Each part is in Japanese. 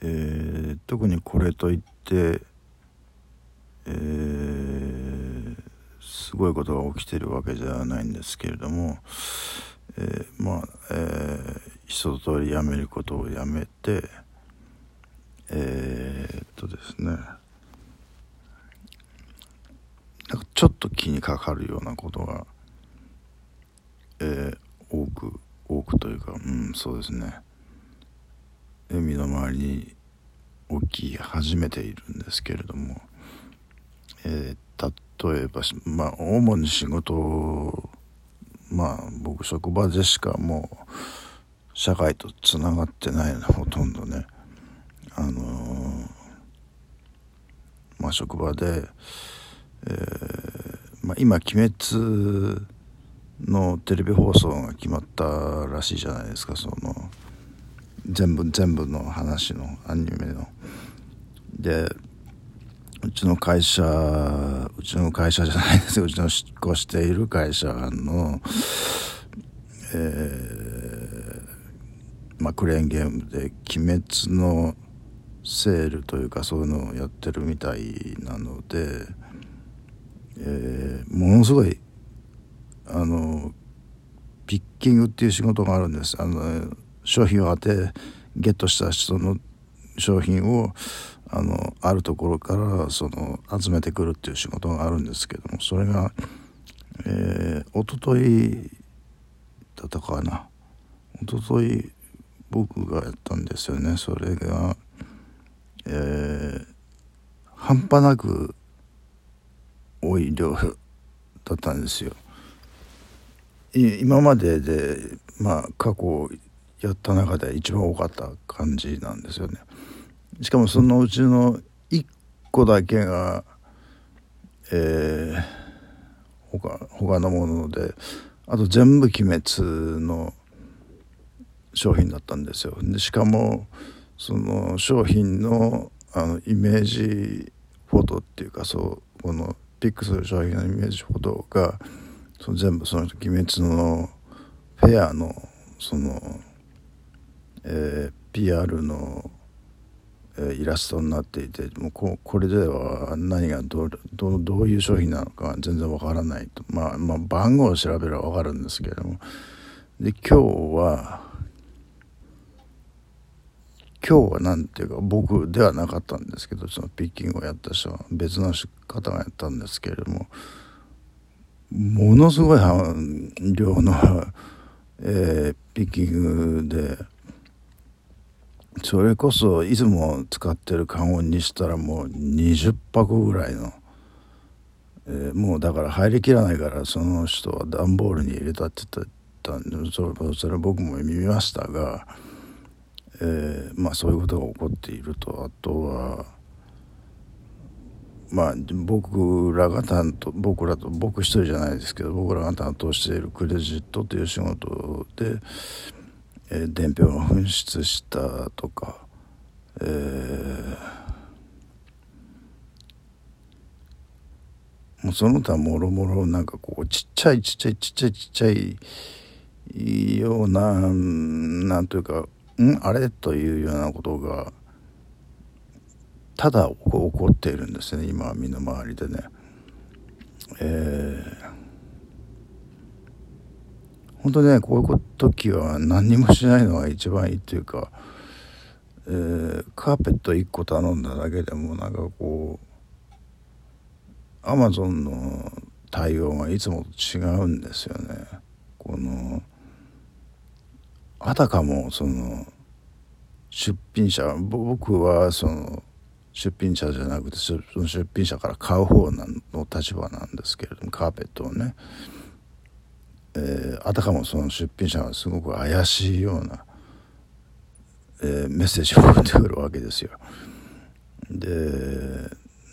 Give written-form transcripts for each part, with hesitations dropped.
特にこれといって、すごいことが起きてるわけじゃないんですけれども、一通りやめることをやめて、ですね、なんかちょっと気にかかるようなことが、多くというか、そうですね、身の回りに起き始めているんですけれども、例えば、主に仕事、僕職場でしかもう社会とつながってないのほとんどね、職場で、今鬼滅のテレビ放送が決まったらしいじゃないですか。その全部の話のアニメので、うちの会社じゃないですよ、うちの出向している会社の、クレーンゲームで鬼滅のセールというかそういうのをやってるみたいなので、ものすごいピッキングっていう仕事があるんです。商品をゲットした人の商品をあるところから集めてくるっていう仕事があるんですけども、それが、一昨日だったかな、一昨日僕がやったんですよね。それが、半端なく多い量だったんですよ。今までで過去やった中で一番多かった感じなんですよね。しかもそのうちの1個だけが、他のもので、あと全部鬼滅の商品だったんですよ。でしかもその商品のイメージフォトっていうか、このピックする商品のイメージフォトが全部その鬼滅のフェアのPR のイラストになっていて、もうこれでは何がどういう商品なのか全然わからないと。番号を調べればわかるんですけれども、で今日はなんていうか、僕ではなかったんですけど、そのピッキングをやった人は別の方がやったんですけれども、ものすごい量の、ピッキングで、それこそいつも使ってるカゴにしたらもう20箱ぐらいの、もうだから入りきらないから、その人は段ボールに入れたって言ったんで、それ僕も見ましたが、そういうことが起こっていると。あとは僕一人じゃないですけど、僕らが担当しているクレジットという仕事で、伝票が紛失したとか、もうその他もろもろ、なんかちっちゃいような、なんというか、あれというようなことがただ起こっているんですね、今身の回りでね。本当にね、こういう時は何にもしないのが一番いいっていうか、カーペット1個頼んだだけでもなんかアマゾンの対応がいつもと違うんですよね。あたかも出品者、僕は出品者じゃなくて、その出品者から買う方の立場なんですけれども、カーペットをね、あたかもその出品者がすごく怪しいような、メッセージを送ってくるわけですよ。で、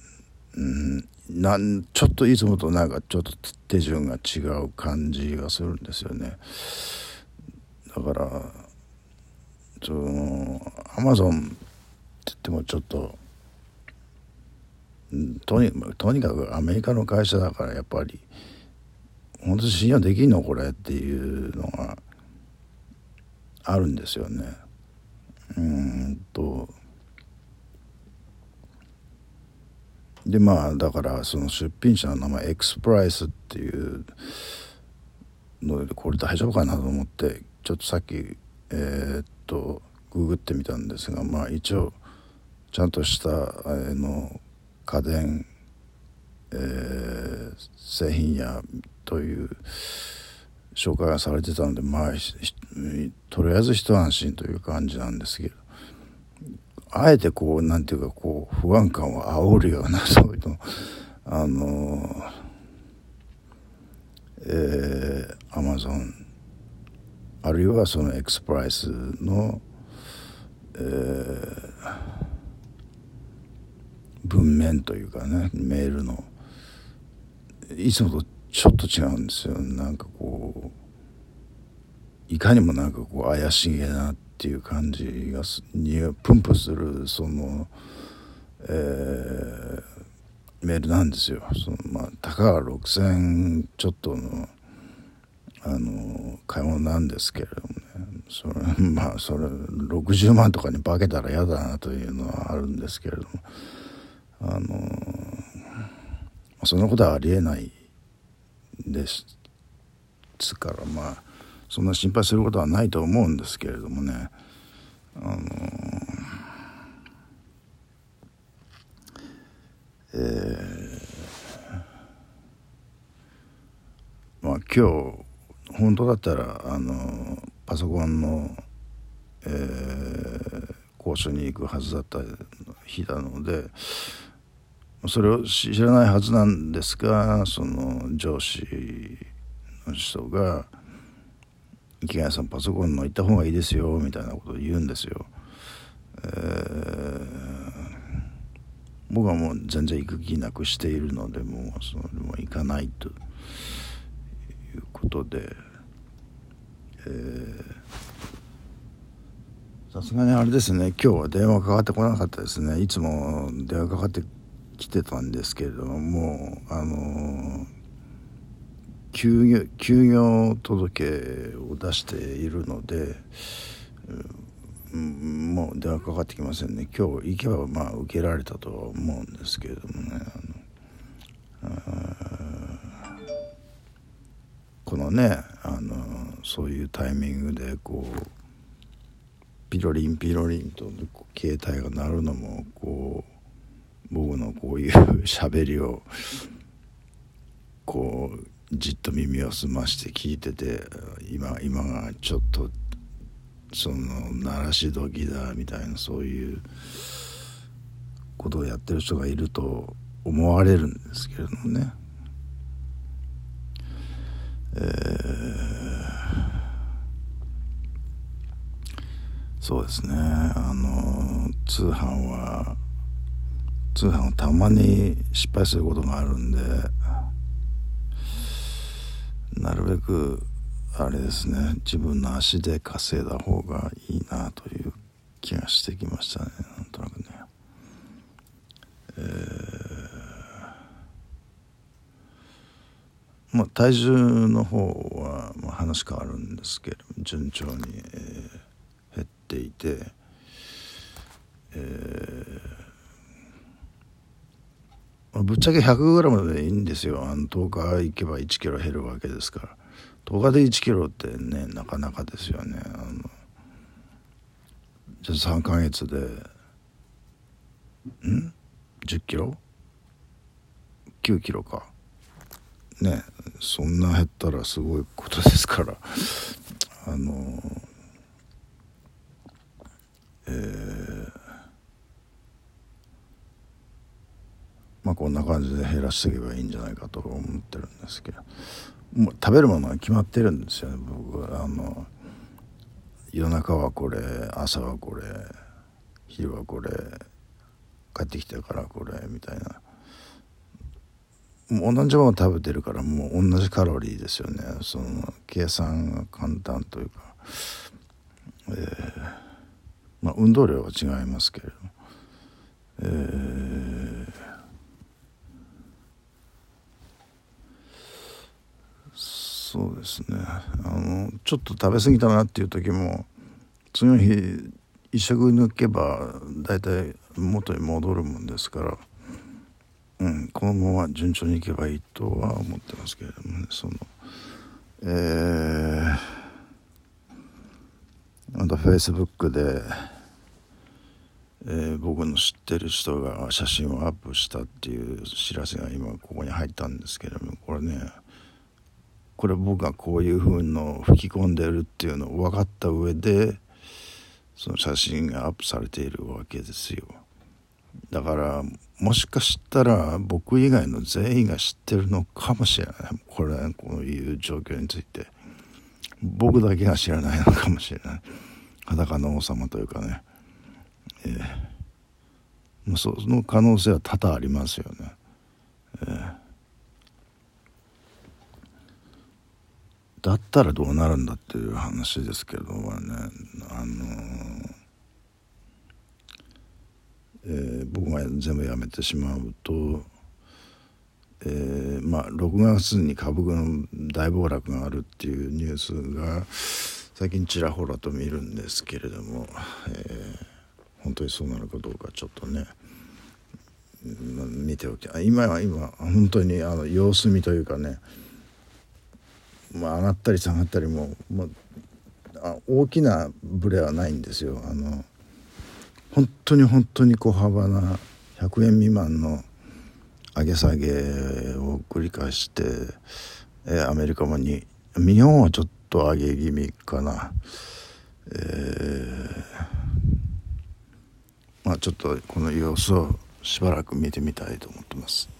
ちょっといつもとなんかちょっと手順が違う感じがするんですよね。だからアマゾンって言ってもちょっと、とにかくアメリカの会社だから、やっぱり本当に信用できんのこれっていうのがあるんですよね。 でまあだからその出品者の名前エクスプライスっていうのでこれ大丈夫かなと思ってちょっとさっきググってみたんですが、まあ一応ちゃんとした家電、製品屋という紹介がされてたので、まあとりあえず一安心という感じなんですけど、あえてこうなんていうかこう不安感を煽るようなそういうのアマゾンあるいはそのエクスプライスの、文面というかねメールのいつもとちょっと違うんですよ。なんかこういかにもなんかこう怪しげなっていう感じがにプンプンするその、メールなんですよ。まあたかが6000ちょっとの買い物なんですけれどもね、まあそれ60万とかに化けたら嫌だなというのはあるんですけれども、そんなことはありえないですからまあそんな心配することはないと思うんですけれどもね、まあ今日本当だったらパソコンの、講習に行くはずだった日なのでそれを知らないはずなんですが、その上司の人が「池谷さんパソコンの行った方がいいですよ」みたいなことを言うんですよ。僕はもう全然行く気なくしているのでもう行かないということで、さすがにあれですね、今日は電話かかってこなかったですね。いつも電話かかってきてたんですけれども、もう休業届を出しているので、もう電話かかってきませんね。今日行けばまあ受けられたとは思うんですけれどもね、このねそういうタイミングでこうピロリンピロリンと携帯が鳴るのもこう僕のこういう喋りをこうじっと耳を澄まして聞いてて、今がちょっとその鳴らし時だみたいなそういうことをやってる人がいると思われるんですけれどもね、そうですね、通販はたまに失敗することがあるんで、なるべくあれですね、自分の足で稼いだ方がいいなという気がしてきましたね、なんとなくね。まあ体重の方は、まあ、話変わるんですけど順調に、減っていて、ぶっちゃけ 100g でいいんですよ。10日行けば1キロ減るわけですから、10日で1キロってねなかなかですよね。じゃあ3ヶ月で10キロ9キロかね、そんな減ったらすごいことですからまあこんな感じで減らしていけばいいんじゃないかと思ってるんですけど、もう食べるものが決まってるんですよね。僕は夜中はこれ、朝はこれ、昼はこれ、帰ってきてからこれみたいな、もう同じもの食べてるからもう同じカロリーですよね。その計算が簡単というか、まあ運動量は違いますけれども、そうですね、ちょっと食べ過ぎたなっていう時も次の日一食抜けばだいたい元に戻るもんですから、 このまま順調にいけばいいとは思ってますけれどもね。またフェイスブックで、僕の知ってる人が写真をアップしたっていう知らせが今ここに入ったんですけれども、これ僕がこういう風の吹き込んでるっていうのを分かった上でその写真がアップされているわけですよ。だからもしかしたら僕以外の全員が知ってるのかもしれない。こういう状況について僕だけが知らないのかもしれない。裸の王様というかね、その可能性は多々ありますよね。だったらどうなるんだっていう話ですけどもね、僕が全部やめてしまうと、6月に株の大暴落があるっていうニュースが最近ちらほらと見るんですけれども、本当にそうなるかどうかちょっとね、見ておき今本当に様子見というかね、上がったり下がったりも大きなブレはないんですよ。本当に小幅な100円未満の上げ下げを繰り返して、アメリカも日本はちょっと上げ気味かな。ちょっとこの様子をしばらく見てみたいと思ってます。